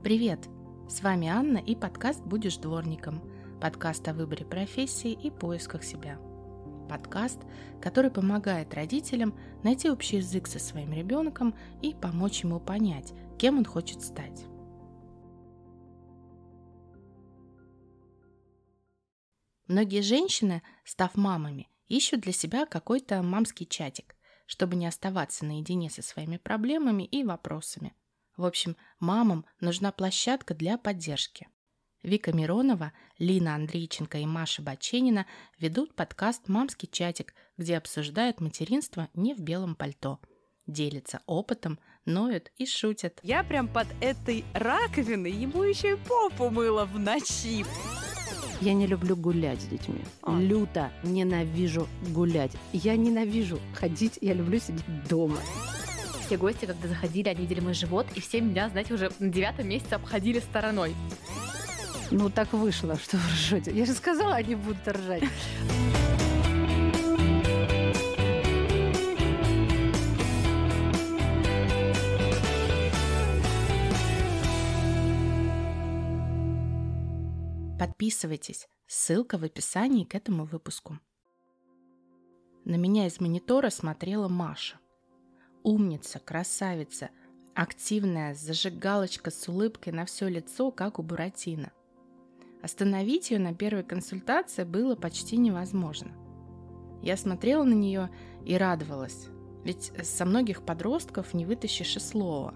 Привет! С вами Анна и подкаст «Будешь дворником». Подкаст о выборе профессии и поисках себя. Подкаст, который помогает родителям найти общий язык со своим ребенком и помочь ему понять, кем он хочет стать. Многие женщины, став мамами, ищут для себя какой-то мамский чатик, чтобы не оставаться наедине со своими проблемами и вопросами. В общем, мамам нужна площадка для поддержки. Вика Миронова, Лина Андрейченко и Маша Баченина ведут подкаст «Мамский чатик», где обсуждают материнство не в белом пальто. Делятся опытом, ноют и шутят. Я прям под этой раковиной ему еще и попу мыла в ночи. Я не люблю гулять с детьми. Люто ненавижу гулять. Я ненавижу ходить, я люблю сидеть дома. Все гости, когда заходили, они видели мой живот, и все меня, знаете, уже на 9 месяце обходили стороной. Ну, так вышло, что вы ржете. Я же сказала, они будут ржать. Подписывайтесь, ссылка в описании к этому выпуску. На меня из монитора смотрела Маша. Умница, красавица, активная, зажигалочка с улыбкой на все лицо, как у Буратино. Остановить ее на первой консультации было почти невозможно. Я смотрела на нее и радовалась, ведь со многих подростков не вытащишь и слова.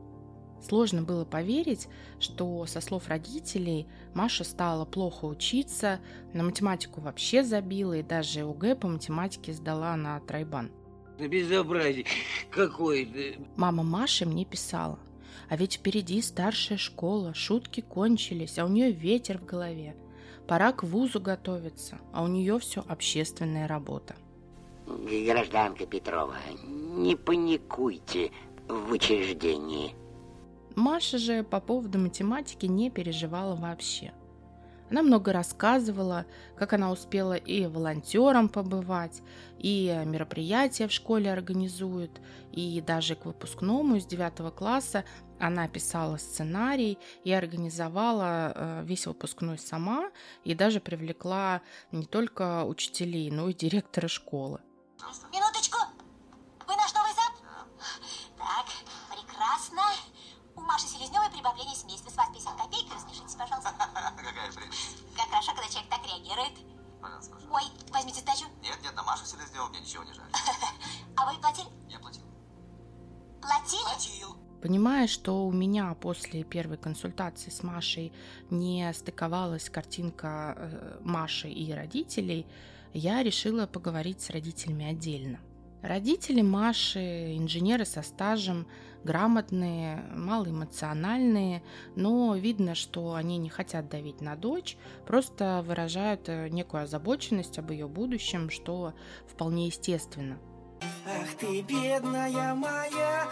Сложно было поверить, что, со слов родителей, Маша стала плохо учиться, на математику вообще забила и даже ЕГЭ по математике сдала на тройбан. Безобразие какое-то. Мама Маши мне писала: а ведь впереди старшая школа, шутки кончились, а у нее ветер в голове. Пора к вузу готовиться, а у нее все общественная работа. Гражданка Петрова, не паникуйте в учреждении. Маша же по поводу математики не переживала вообще. Она много рассказывала, как она успела и волонтером побывать, и мероприятия в школе организует, и даже к выпускному из 9 класса она писала сценарий и организовала весь выпускной сама, и даже привлекла не только учителей, но и директора школы. Минуточку! Вы наш новый зам? Так, прекрасно. У Маши Селезневой прибавление семейства. С вас 50 копеек. Распишитесь, пожалуйста. Какая прелесть. Как хорошо, когда человек так реагирует. Пожалуйста, слушаю. Ой, возьмите сдачу. Нет, на Машу Селезневу мне ничего не жаль. А вы платили? Я платил. Платили? Платил. Понимая, что у меня после первой консультации с Машей не стыковалась картинка Маши и родителей, я решила поговорить с родителями отдельно. Родители Маши, инженеры со стажем, грамотные, малоэмоциональные, но видно, что они не хотят давить на дочь, просто выражают некую озабоченность об ее будущем, что вполне естественно. Ах ты, бедная моя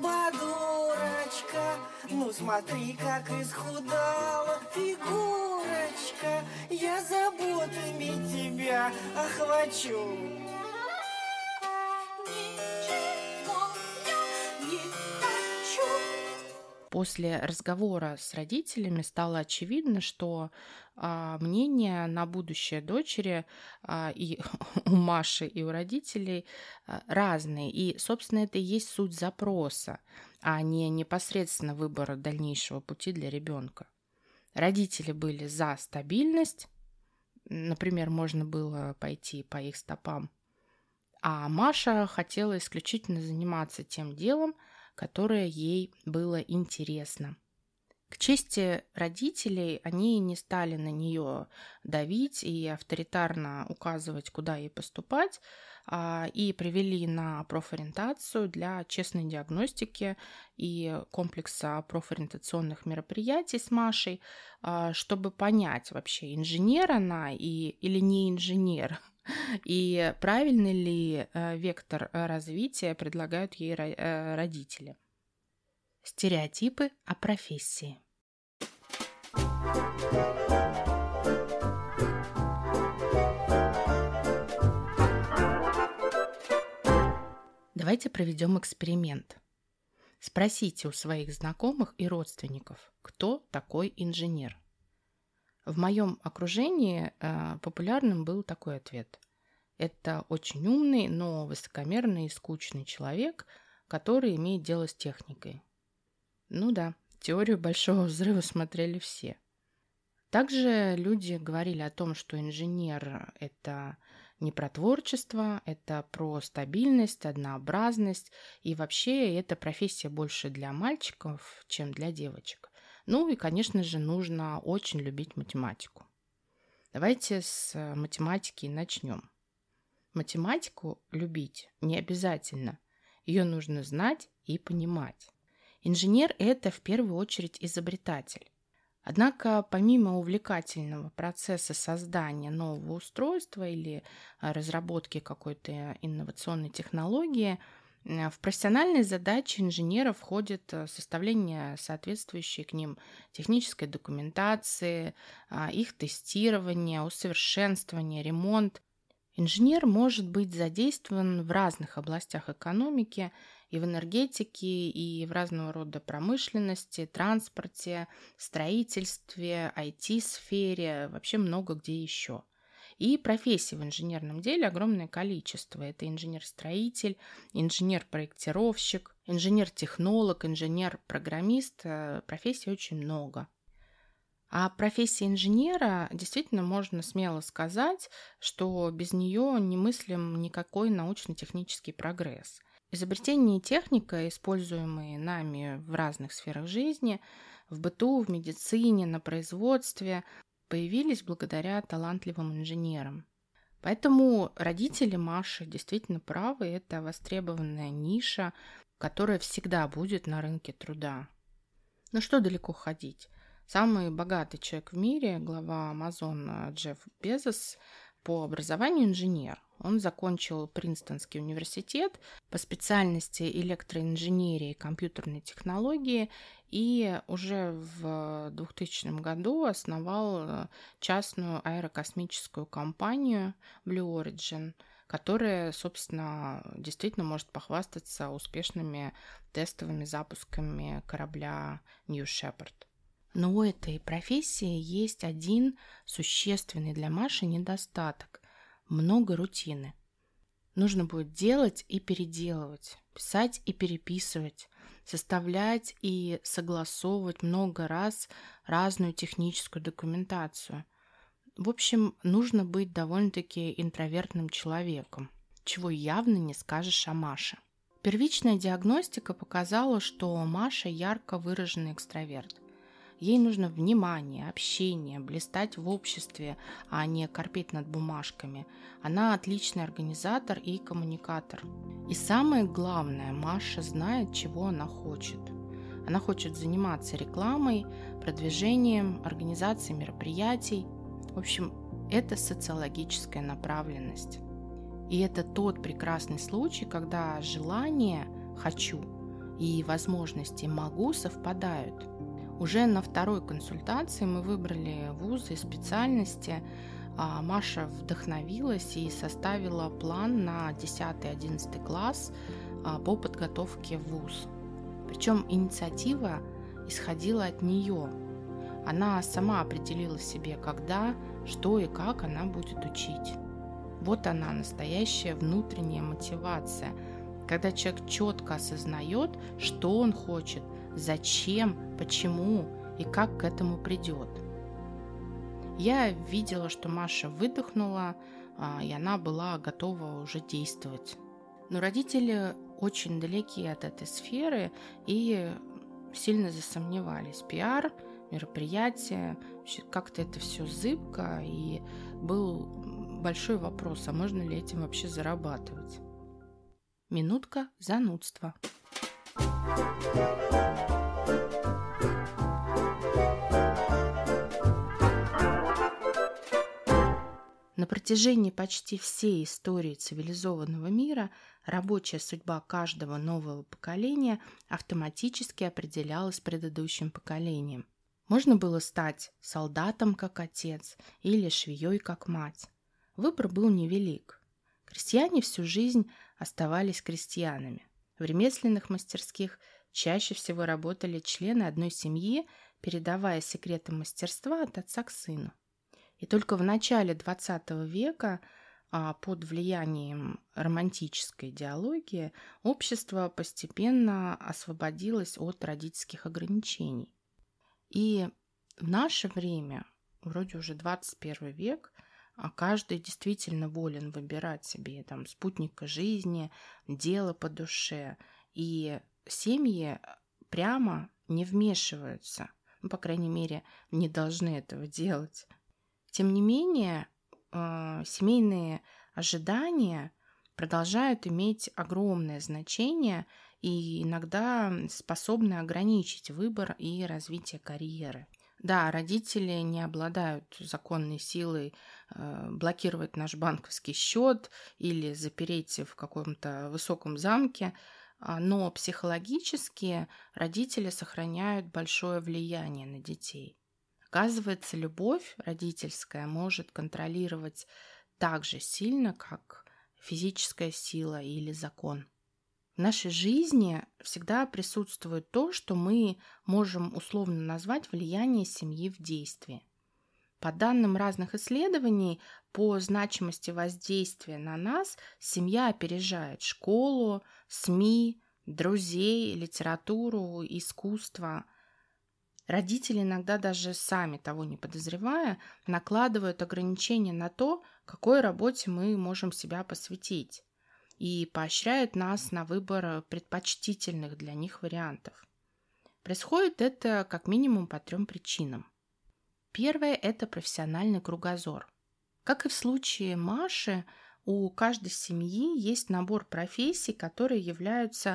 труба-дурочка, ну смотри, как исхудала фигурочка, я заботами тебя охвачу. После разговора с родителями стало очевидно, что мнения на будущее дочери и у Маши, и у родителей разные. И, собственно, это и есть суть запроса, а не непосредственно выбора дальнейшего пути для ребенка. Родители были за стабильность, например, можно было пойти по их стопам, а Маша хотела исключительно заниматься тем делом, которое ей было интересно. К чести родителей, они не стали на нее давить и авторитарно указывать, куда ей поступать, и привели на профориентацию для честной диагностики и комплекса профориентационных мероприятий с Машей, чтобы понять вообще, инженер она или не инженер, и правильный ли вектор развития предлагают ей родители. Стереотипы о профессии. Давайте проведем эксперимент. Спросите у своих знакомых и родственников, кто такой инженер. В моем окружении популярным был такой ответ. Это очень умный, но высокомерный и скучный человек, который имеет дело с техникой. Ну да, теорию Большого взрыва смотрели все. Также люди говорили о том, что инженер – это не про творчество, это про стабильность, однообразность, и вообще эта профессия больше для мальчиков, чем для девочек. Ну и, конечно же, нужно очень любить математику. Давайте с математики начнем. Математику любить не обязательно, ее нужно знать и понимать. Инженер – это в первую очередь изобретатель. Однако, помимо увлекательного процесса создания нового устройства или разработки какой-то инновационной технологии, в профессиональные задачи инженера входит составление соответствующей к ним технической документации, их тестирование, усовершенствование, ремонт. Инженер может быть задействован в разных областях экономики, и в энергетике, и в разного рода промышленности, транспорте, строительстве, IT-сфере, вообще много где еще. И профессий в инженерном деле огромное количество. Это инженер-строитель, инженер-проектировщик, инженер-технолог, инженер-программист. Профессий очень много. А профессия инженера действительно можно смело сказать, что без нее немыслим никакой научно-технический прогресс. Изобретения и техника, используемые нами в разных сферах жизни, в быту, в медицине, на производстве, появились благодаря талантливым инженерам. Поэтому родители Маши действительно правы, это востребованная ниша, которая всегда будет на рынке труда. Но что далеко ходить? Самый богатый человек в мире, глава Amazon Джефф Безос, по образованию инженер. Он закончил Принстонский университет по специальности электроинженерии и компьютерной технологии и уже в 2000 году основал частную аэрокосмическую компанию Blue Origin, которая, собственно, действительно может похвастаться успешными тестовыми запусками корабля New Shepard. Но у этой профессии есть один существенный для Маши недостаток – много рутины. Нужно будет делать и переделывать, писать и переписывать, составлять и согласовывать много раз разную техническую документацию. В общем, нужно быть довольно-таки интровертным человеком, чего явно не скажешь о Маше. Первичная диагностика показала, что Маша ярко выраженный экстраверт. Ей нужно внимание, общение, блистать в обществе, а не корпеть над бумажками. Она отличный организатор и коммуникатор. И самое главное, Маша знает, чего она хочет. Она хочет заниматься рекламой, продвижением, организацией мероприятий. В общем, это социологическая направленность. И это тот прекрасный случай, когда желание «хочу» и возможности «могу» совпадают. Уже на второй консультации мы выбрали вузы и специальности. Маша вдохновилась и составила план на 10-11 класс по подготовке в вуз. Причем инициатива исходила от нее. Она сама определила себе, когда, что и как она будет учить. Вот она, настоящая внутренняя мотивация, когда человек четко осознает, что он хочет, зачем, почему и как к этому придет. Я видела, что Маша выдохнула, и она была готова уже действовать. Но родители очень далеки от этой сферы и сильно засомневались. Пиар, мероприятия, как-то это все зыбко, и был большой вопрос, а можно ли этим вообще зарабатывать? Минутка занудства. На протяжении почти всей истории цивилизованного мира рабочая судьба каждого нового поколения автоматически определялась предыдущим поколением. Можно было стать солдатом как отец или швеей как мать. Выбор был невелик. Крестьяне всю жизнь оставались крестьянами. В ремесленных мастерских чаще всего работали члены одной семьи, передавая секреты мастерства от отца к сыну. И только в начале XX века под влиянием романтической идеологии общество постепенно освободилось от родительских ограничений. И в наше время, вроде уже 21 век, каждый действительно волен выбирать себе там спутника жизни, дело по душе. И семьи прямо не вмешиваются, по крайней мере, не должны этого делать. Тем не менее, семейные ожидания продолжают иметь огромное значение и иногда способны ограничить выбор и развитие карьеры. Да, родители не обладают законной силой блокировать наш банковский счет или запереть в каком-то высоком замке, но психологически родители сохраняют большое влияние на детей. Оказывается, любовь родительская может контролировать так же сильно, как физическая сила или закон. В нашей жизни всегда присутствует то, что мы можем условно назвать влияние семьи в действии. По данным разных исследований, по значимости воздействия на нас семья опережает школу, СМИ, друзей, литературу, искусство. Родители иногда даже сами, того не подозревая, накладывают ограничения на то, какой работе мы можем себя посвятить, и поощряют нас на выбор предпочтительных для них вариантов. Происходит это как минимум по 3 причинам. Первое – это профессиональный кругозор. Как и в случае Маши, у каждой семьи есть набор профессий, которые являются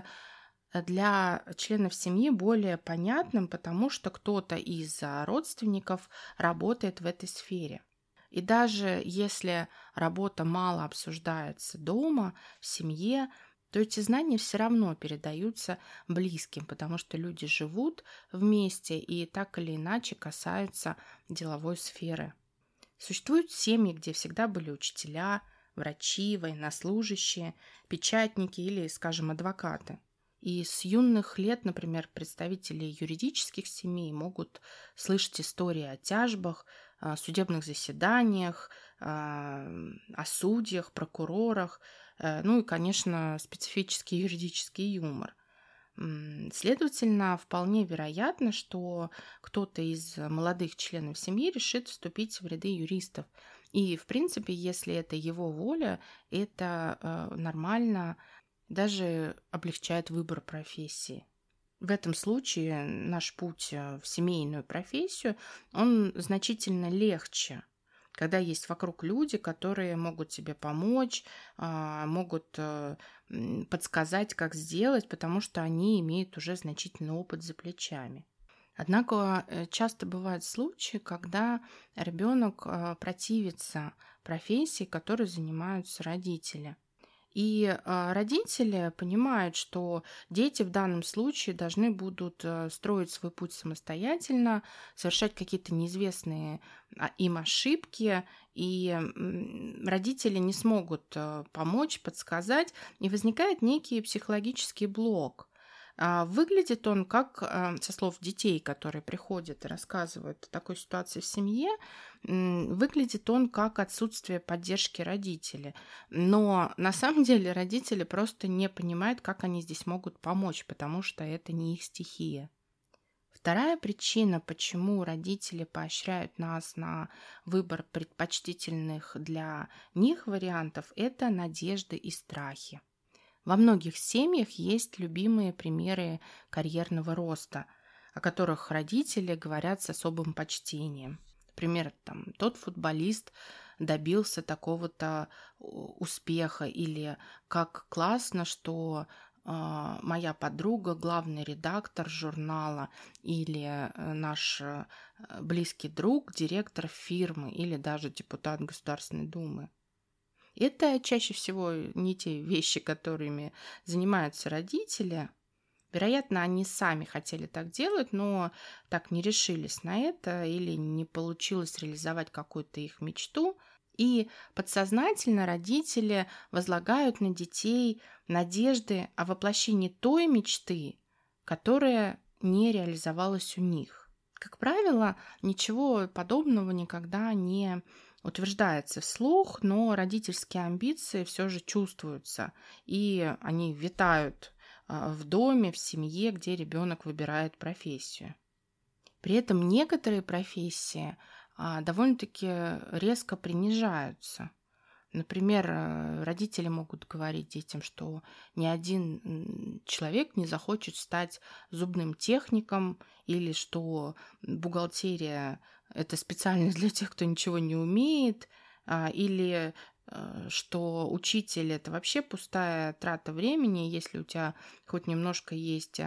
для членов семьи более понятным, потому что кто-то из родственников работает в этой сфере. И даже если работа мало обсуждается дома, в семье, то эти знания все равно передаются близким, потому что люди живут вместе и так или иначе касаются деловой сферы. Существуют семьи, где всегда были учителя, врачи, военнослужащие, печатники или, скажем, адвокаты. И с юных лет, например, представители юридических семей могут слышать истории о тяжбах, судебных заседаниях, о судьях, прокурорах, ну и, конечно, специфический юридический юмор. Следовательно, вполне вероятно, что кто-то из молодых членов семьи решит вступить в ряды юристов. И, в принципе, если это его воля, это нормально, даже облегчает выбор профессии. В этом случае наш путь в семейную профессию, он значительно легче, когда есть вокруг люди, которые могут тебе помочь, могут подсказать, как сделать, потому что они имеют уже значительный опыт за плечами. Однако часто бывают случаи, когда ребенок противится профессии, которой занимаются родители. И родители понимают, что дети в данном случае должны будут строить свой путь самостоятельно, совершать какие-то неизвестные им ошибки, и родители не смогут помочь, подсказать, и возникает некий психологический блок. Выглядит он как, со слов детей, которые приходят и рассказывают о такой ситуации в семье, выглядит он как отсутствие поддержки родителей. Но на самом деле родители просто не понимают, как они здесь могут помочь, потому что это не их стихия. Вторая причина, почему родители поощряют нас на выбор предпочтительных для них вариантов, это надежды и страхи. Во многих семьях есть любимые примеры карьерного роста, о которых родители говорят с особым почтением. Например, тот футболист добился такого-то успеха, или как классно, что моя подруга, главный редактор журнала, или наш близкий друг, директор фирмы, или даже депутат Государственной Думы. Это чаще всего не те вещи, которыми занимаются родители. Вероятно, они сами хотели так делать, но так не решились на это или не получилось реализовать какую-то их мечту. И подсознательно родители возлагают на детей надежды о воплощении той мечты, которое не реализовалось у них. Как правило, ничего подобного никогда не утверждается вслух, но родительские амбиции все же чувствуются, и они витают в доме, в семье, где ребенок выбирает профессию. При этом некоторые профессии довольно-таки резко принижаются. Например, родители могут говорить детям, что ни один человек не захочет стать зубным техником, или что бухгалтерия – это специальность для тех, кто ничего не умеет, или что учитель – это вообще пустая трата времени. Если у тебя хоть немножко есть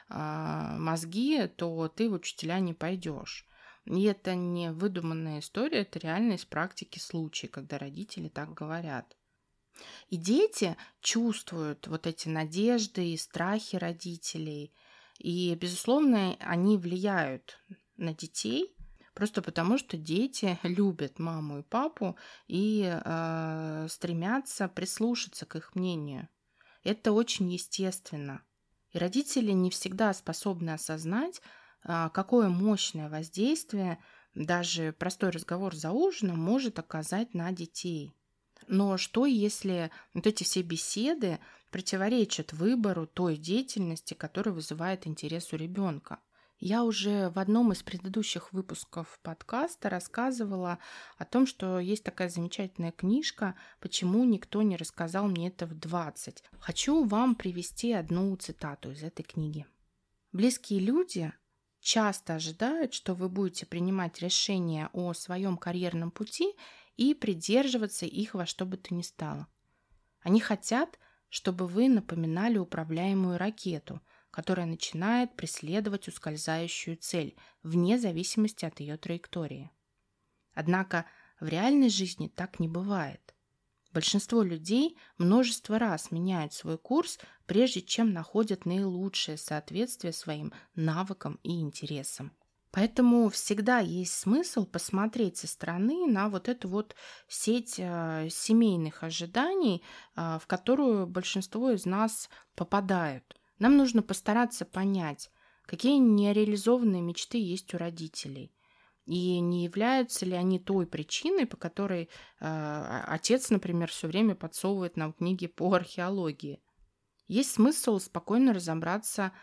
мозги, то ты в учителя не пойдешь. И это не выдуманная история, это реально из практики случаи, когда родители так говорят. И дети чувствуют вот эти надежды и страхи родителей. И, безусловно, они влияют на детей, просто потому что дети любят маму и папу и стремятся прислушаться к их мнению. Это очень естественно. И родители не всегда способны осознать, какое мощное воздействие даже простой разговор за ужином может оказать на детей. Но что, если вот эти все беседы противоречат выбору той деятельности, которая вызывает интерес у ребенка? Я уже в одном из предыдущих выпусков подкаста рассказывала о том, что есть такая замечательная книжка «Почему никто не рассказал мне это в 20». Хочу вам привести одну цитату из этой книги. «Близкие люди часто ожидают, что вы будете принимать решения о своем карьерном пути и придерживаться их во что бы то ни стало. Они хотят, чтобы вы напоминали управляемую ракету, которая начинает преследовать ускользающую цель, вне зависимости от ее траектории. Однако в реальной жизни так не бывает. Большинство людей множество раз меняют свой курс, прежде чем находят наилучшее соответствие своим навыкам и интересам. Поэтому всегда есть смысл посмотреть со стороны на вот эту вот сеть семейных ожиданий, в которую большинство из нас попадают. Нам нужно постараться понять, какие нереализованные мечты есть у родителей. И не являются ли они той причиной, по которой отец, например, все время подсовывает нам книги по археологии. Есть смысл спокойно разобраться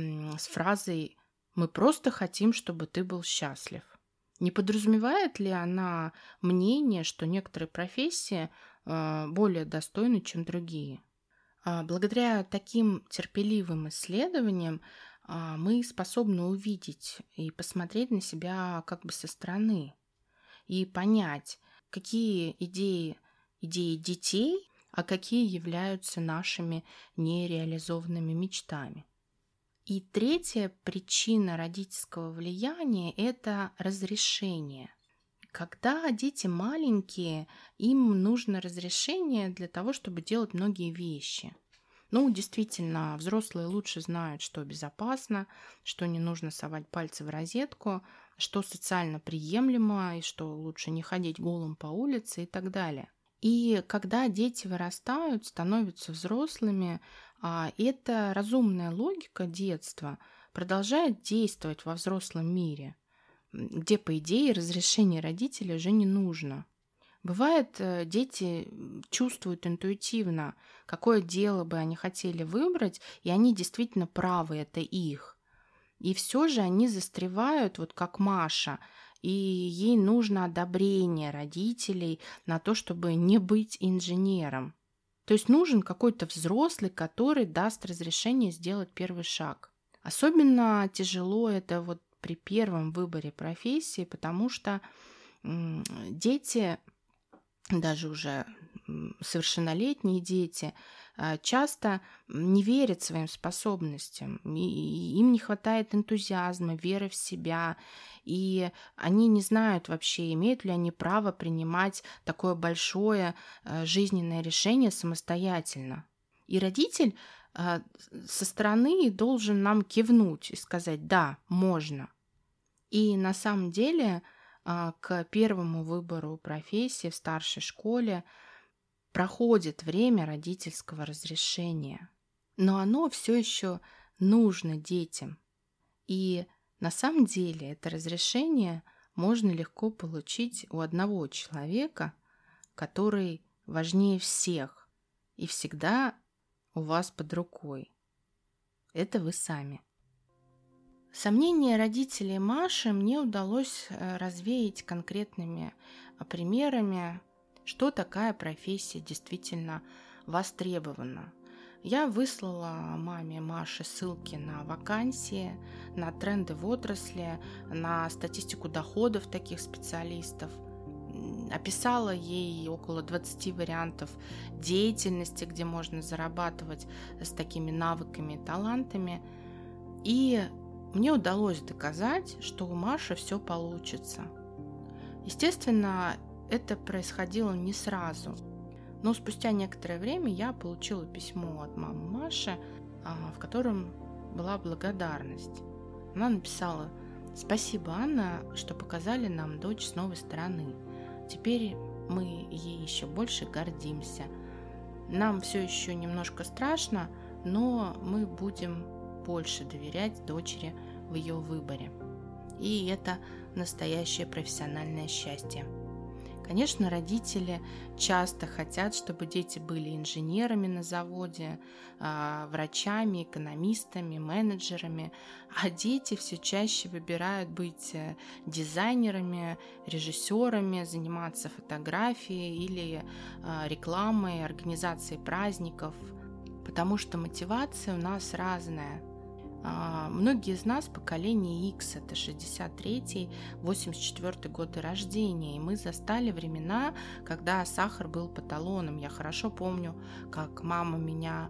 с фразой «Мы просто хотим, чтобы ты был счастлив». Не подразумевает ли она мнение, что некоторые профессии более достойны, чем другие? Благодаря таким терпеливым исследованиям мы способны увидеть и посмотреть на себя как бы со стороны и понять, какие идеи детей, а какие являются нашими нереализованными мечтами. И третья причина родительского влияния – это разрешение. Когда дети маленькие, им нужно разрешение для того, чтобы делать многие вещи. Действительно, взрослые лучше знают, что безопасно, что не нужно совать пальцы в розетку, что социально приемлемо, и что лучше не ходить голым по улице и так далее. И когда дети вырастают, становятся взрослыми, эта разумная логика детства продолжает действовать во взрослом мире, где, по идее, разрешение родителей уже не нужно. Бывает, дети чувствуют интуитивно, какое дело бы они хотели выбрать, и они действительно правы, это их. И все же они застревают, вот как Маша, и ей нужно одобрение родителей на то, чтобы не быть инженером. То есть нужен какой-то взрослый, который даст разрешение сделать первый шаг. Особенно тяжело это вот при первом выборе профессии, потому что дети, даже уже совершеннолетние дети, часто не верят своим способностям, и им не хватает энтузиазма, веры в себя, и они не знают вообще, имеют ли они право принимать такое большое жизненное решение самостоятельно. И родитель со стороны должен нам кивнуть и сказать «да, можно». И на самом деле к первому выбору профессии в старшей школе проходит время родительского разрешения. Но оно все еще нужно детям. И на самом деле это разрешение можно легко получить у одного человека, который важнее всех и всегда у вас под рукой. Это вы сами. Сомнения родителей Маши мне удалось развеять конкретными примерами, что такая профессия действительно востребована. Я выслала маме Маши ссылки на вакансии, на тренды в отрасли, на статистику доходов таких специалистов. Описала ей около 20 вариантов деятельности, где можно зарабатывать с такими навыками и талантами. И мне удалось доказать, что у Маши все получится. Естественно, это происходило не сразу. Но спустя некоторое время я получила письмо от мамы Маши, в котором была благодарность. Она написала: «Спасибо, Анна, что показали нам дочь с новой стороны. Теперь мы ей еще больше гордимся. Нам все еще немножко страшно, но мы будем больше доверять дочери в ее выборе. И это настоящее профессиональное счастье». Конечно, родители часто хотят, чтобы дети были инженерами на заводе, врачами, экономистами, менеджерами, а дети все чаще выбирают быть дизайнерами, режиссерами, заниматься фотографией или рекламой, организацией праздников, потому что мотивация у нас разная. Многие из нас поколение X, это 63-й, 84-й годы рождения, и мы застали времена, когда сахар был по талонам. Я хорошо помню, как мама меня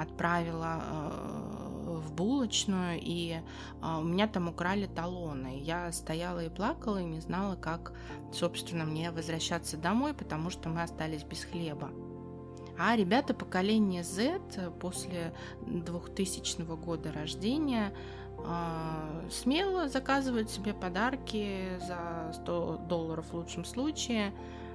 отправила в булочную, и у меня там украли талоны. Я стояла и плакала, и не знала, как, собственно, мне возвращаться домой, потому что мы остались без хлеба. А ребята поколения Z после 2000 года рождения смело заказывают себе подарки за $100 в лучшем случае.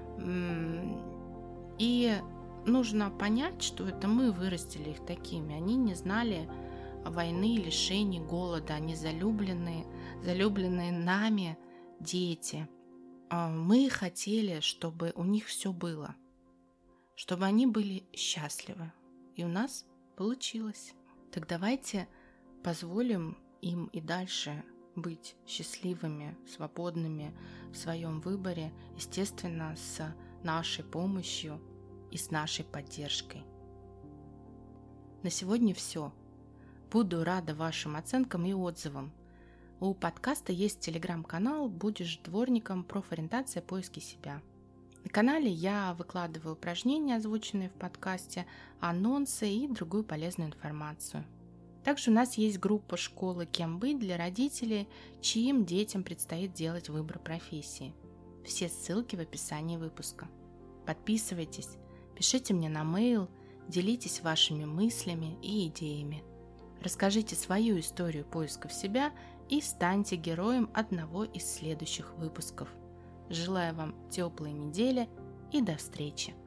И нужно понять, что это мы вырастили их такими. Они не знали войны, лишений, голода. Они залюбленные нами дети. Мы хотели, чтобы у них все было, чтобы они были счастливы. И у нас получилось. Так давайте позволим им и дальше быть счастливыми, свободными в своем выборе, естественно, с нашей помощью и с нашей поддержкой. На сегодня все. Буду рада вашим оценкам и отзывам. У подкаста есть телеграм-канал «Будешь дворником. Профориентация. Поиски себя». На канале я выкладываю упражнения, озвученные в подкасте, анонсы и другую полезную информацию. Также у нас есть группа «Школа. Кем быть» для родителей, чьим детям предстоит делать выбор профессии. Все ссылки в описании выпуска. Подписывайтесь, пишите мне на mail, делитесь вашими мыслями и идеями. Расскажите свою историю поисков себя и станьте героем одного из следующих выпусков. Желаю вам теплой недели и до встречи!